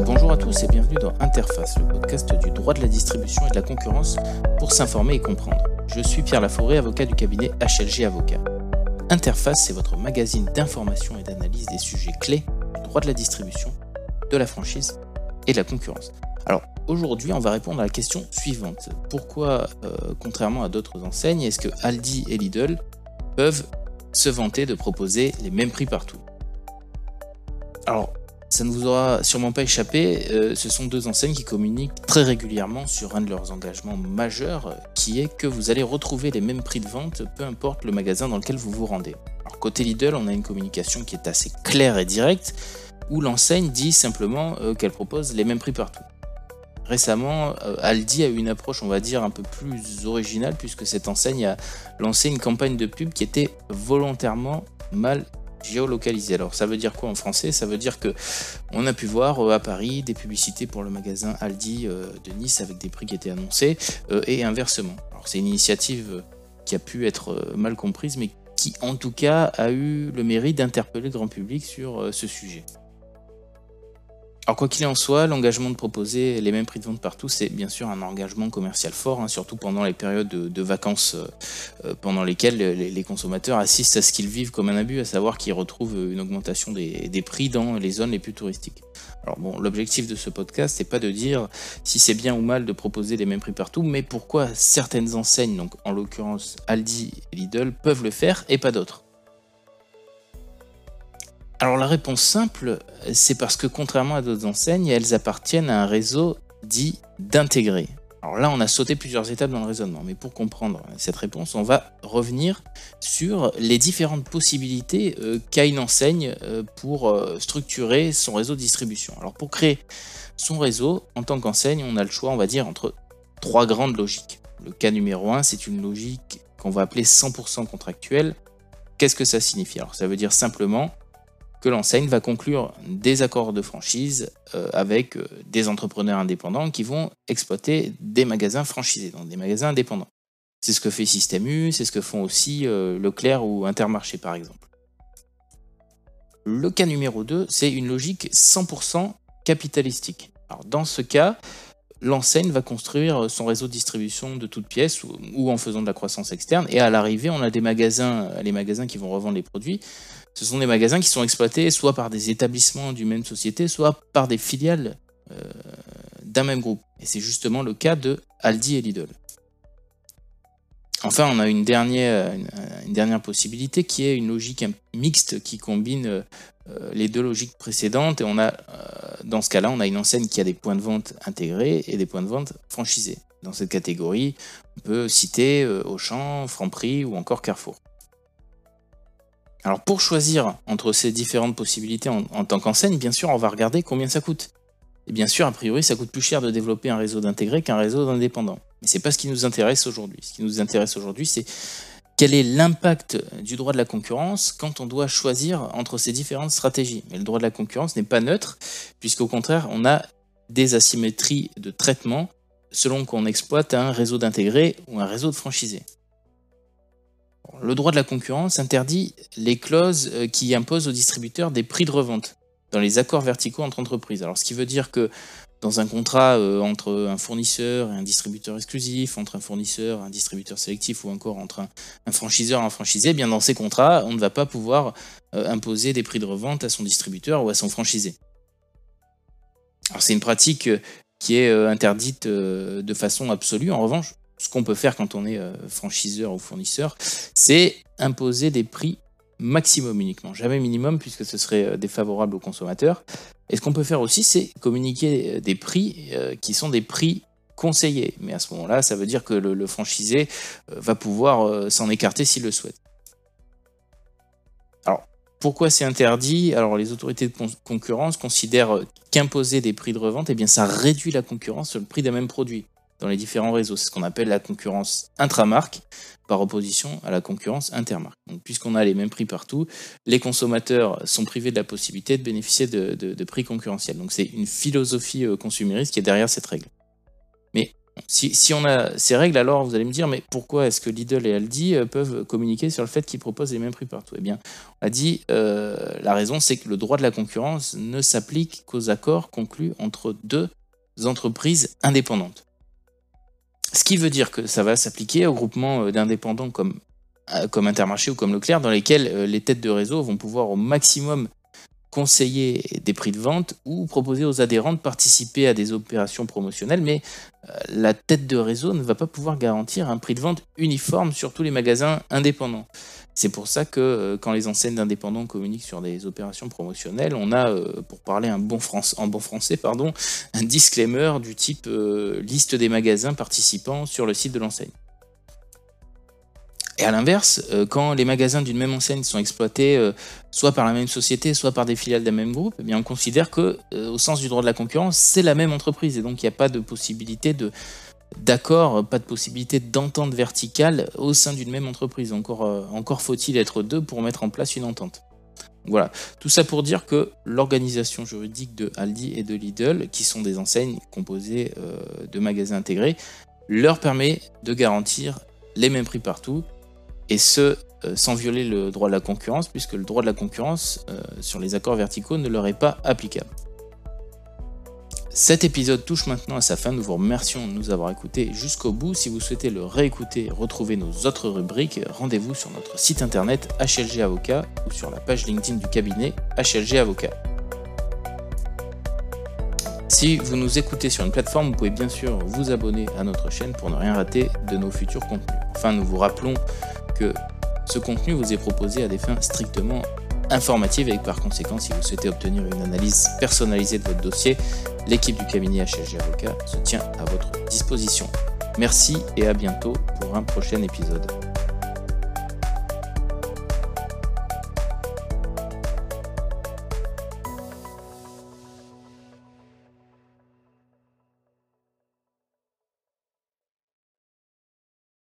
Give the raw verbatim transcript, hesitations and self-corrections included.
Bonjour à tous et bienvenue dans Interface, le podcast du droit de la distribution et de la concurrence pour s'informer et comprendre. Je suis Pierre Laforêt, avocat du cabinet H L G Avocats. Interface, c'est votre magazine d'information et d'analyse des sujets clés du droit de la distribution, de la franchise et de la concurrence. Alors, aujourd'hui, on va répondre à la question suivante. Pourquoi, euh, contrairement à d'autres enseignes, est-ce que Aldi et Lidl peuvent se vanter de proposer les mêmes prix partout ? Alors, ça ne vous aura sûrement pas échappé, euh, ce sont deux enseignes qui communiquent très régulièrement sur un de leurs engagements majeurs, qui est que vous allez retrouver les mêmes prix de vente, peu importe le magasin dans lequel vous vous rendez. Alors, côté Lidl, on a une communication qui est assez claire et directe, où l'enseigne dit simplement euh, qu'elle propose les mêmes prix partout. Récemment, euh, Aldi a eu une approche, on va dire, un peu plus originale, puisque cette enseigne a lancé une campagne de pub qui était volontairement mal géolocalisé. Alors ça veut dire quoi en français ? Ça veut dire que on a pu voir euh, à Paris des publicités pour le magasin Aldi euh, de Nice avec des prix qui étaient annoncés euh, et inversement. Alors c'est une initiative euh, qui a pu être euh, mal comprise, mais qui en tout cas a eu le mérite d'interpeller le grand public sur euh, ce sujet. Alors quoi qu'il en soit, l'engagement de proposer les mêmes prix de vente partout, c'est bien sûr un engagement commercial fort, hein, surtout pendant les périodes de, de vacances euh, pendant lesquelles les, les consommateurs assistent à ce qu'ils vivent comme un abus, à savoir qu'ils retrouvent une augmentation des, des prix dans les zones les plus touristiques. Alors bon, l'objectif de ce podcast, c'est pas de dire si c'est bien ou mal de proposer les mêmes prix partout, mais pourquoi certaines enseignes, donc en l'occurrence Aldi et Lidl, peuvent le faire et pas d'autres. Alors la réponse simple, c'est parce que contrairement à d'autres enseignes, elles appartiennent à un réseau dit d'intégrés. Alors là, on a sauté plusieurs étapes dans le raisonnement, mais pour comprendre cette réponse, on va revenir sur les différentes possibilités euh, qu'a une enseigne euh, pour euh, structurer son réseau de distribution. Alors pour créer son réseau, en tant qu'enseigne, on a le choix, on va dire, entre trois grandes logiques. Le cas numéro un, c'est une logique qu'on va appeler cent pour cent contractuelle. Qu'est-ce que ça signifie ? Alors ça veut dire simplement que l'enseigne va conclure des accords de franchise euh, avec euh, des entrepreneurs indépendants qui vont exploiter des magasins franchisés, donc des magasins indépendants. C'est ce que fait Système U, c'est ce que font aussi euh, Leclerc ou Intermarché par exemple. Le cas numéro deux, c'est une logique cent pour cent capitalistique. Alors, dans ce cas, l'enseigne va construire son réseau de distribution de toutes pièces ou, ou en faisant de la croissance externe, et à l'arrivée, on a des magasins, les magasins qui vont revendre les produits. Ce sont des magasins qui sont exploités soit par des établissements d'une même société, soit par des filiales euh, d'un même groupe. Et c'est justement le cas de Aldi et Lidl. Enfin, on a une dernière, une, une dernière possibilité qui est une logique mixte qui combine euh, les deux logiques précédentes. Et on a, euh, dans ce cas-là, on a une enseigne qui a des points de vente intégrés et des points de vente franchisés. Dans cette catégorie, on peut citer euh, Auchan, Franprix ou encore Carrefour. Alors pour choisir entre ces différentes possibilités en, en tant qu'enseigne, bien sûr, on va regarder combien ça coûte. Et bien sûr, a priori, ça coûte plus cher de développer un réseau d'intégrés qu'un réseau d'indépendants. Mais c'est pas ce qui nous intéresse aujourd'hui. Ce qui nous intéresse aujourd'hui, c'est quel est l'impact du droit de la concurrence quand on doit choisir entre ces différentes stratégies. Mais le droit de la concurrence n'est pas neutre, puisqu'au contraire, on a des asymétries de traitement selon qu'on exploite un réseau d'intégrés ou un réseau de franchisés. Le droit de la concurrence interdit les clauses qui imposent aux distributeurs des prix de revente dans les accords verticaux entre entreprises. Alors, ce qui veut dire que dans un contrat euh, entre un fournisseur et un distributeur exclusif, entre un fournisseur et un distributeur sélectif ou encore entre un, un franchiseur et un franchisé, eh bien dans ces contrats, on ne va pas pouvoir euh, imposer des prix de revente à son distributeur ou à son franchisé. Alors, c'est une pratique qui est euh, interdite euh, de façon absolue. En revanche, ce qu'on peut faire quand on est euh, franchiseur ou fournisseur, c'est imposer des prix maximum uniquement, jamais minimum, puisque ce serait euh, défavorable aux consommateurs. Et ce qu'on peut faire aussi, c'est communiquer des prix euh, qui sont des prix conseillés. Mais à ce moment-là, ça veut dire que le, le franchisé euh, va pouvoir euh, s'en écarter s'il le souhaite. Alors, pourquoi c'est interdit ? Alors, les autorités de con- concurrence considèrent qu'imposer des prix de revente, eh bien, ça réduit la concurrence sur le prix d'un même produit dans les différents réseaux. C'est ce qu'on appelle la concurrence intramarque, par opposition à la concurrence intermarque. Donc, puisqu'on a les mêmes prix partout, les consommateurs sont privés de la possibilité de bénéficier de, de, de prix concurrentiels. Donc c'est une philosophie euh, consumériste qui est derrière cette règle. Mais si, si on a ces règles, alors vous allez me dire, mais pourquoi est-ce que Lidl et Aldi euh, peuvent communiquer sur le fait qu'ils proposent les mêmes prix partout? Eh bien, on a dit, euh, la raison, c'est que le droit de la concurrence ne s'applique qu'aux accords conclus entre deux entreprises indépendantes. Ce qui veut dire que ça va s'appliquer aux groupements d'indépendants comme, comme Intermarché ou comme Leclerc, dans lesquels les têtes de réseau vont pouvoir au maximum conseiller des prix de vente ou proposer aux adhérents de participer à des opérations promotionnelles, mais euh, la tête de réseau ne va pas pouvoir garantir un prix de vente uniforme sur tous les magasins indépendants. C'est pour ça que euh, quand les enseignes d'indépendants communiquent sur des opérations promotionnelles, on a, euh, pour parler un bon France, en bon français, pardon, un disclaimer du type euh, liste des magasins participants sur le site de l'enseigne. Et à l'inverse, euh, quand les magasins d'une même enseigne sont exploités euh, soit par la même société, soit par des filiales d'un même groupe, eh bien on considère que, euh, au sens du droit de la concurrence, c'est la même entreprise. Et donc il n'y a pas de possibilité de, d'accord, pas de possibilité d'entente verticale au sein d'une même entreprise. Encore, euh, encore faut-il être deux pour mettre en place une entente. Voilà, tout ça pour dire que l'organisation juridique de Aldi et de Lidl, qui sont des enseignes composées euh, de magasins intégrés, leur permet de garantir les mêmes prix partout, et ce, euh, sans violer le droit de la concurrence, puisque le droit de la concurrence euh, sur les accords verticaux ne leur est pas applicable. Cet épisode touche maintenant à sa fin. Nous vous remercions de nous avoir écoutés jusqu'au bout. Si vous souhaitez le réécouter et retrouver nos autres rubriques, rendez-vous sur notre site internet H L G Avocat ou sur la page LinkedIn du cabinet H L G Avocat. Si vous nous écoutez sur une plateforme, vous pouvez bien sûr vous abonner à notre chaîne pour ne rien rater de nos futurs contenus. Enfin, nous vous rappelons que ce contenu vous est proposé à des fins strictement informatives et par conséquent, si vous souhaitez obtenir une analyse personnalisée de votre dossier, l'équipe du cabinet H L G Avocat se tient à votre disposition. Merci et à bientôt pour un prochain épisode.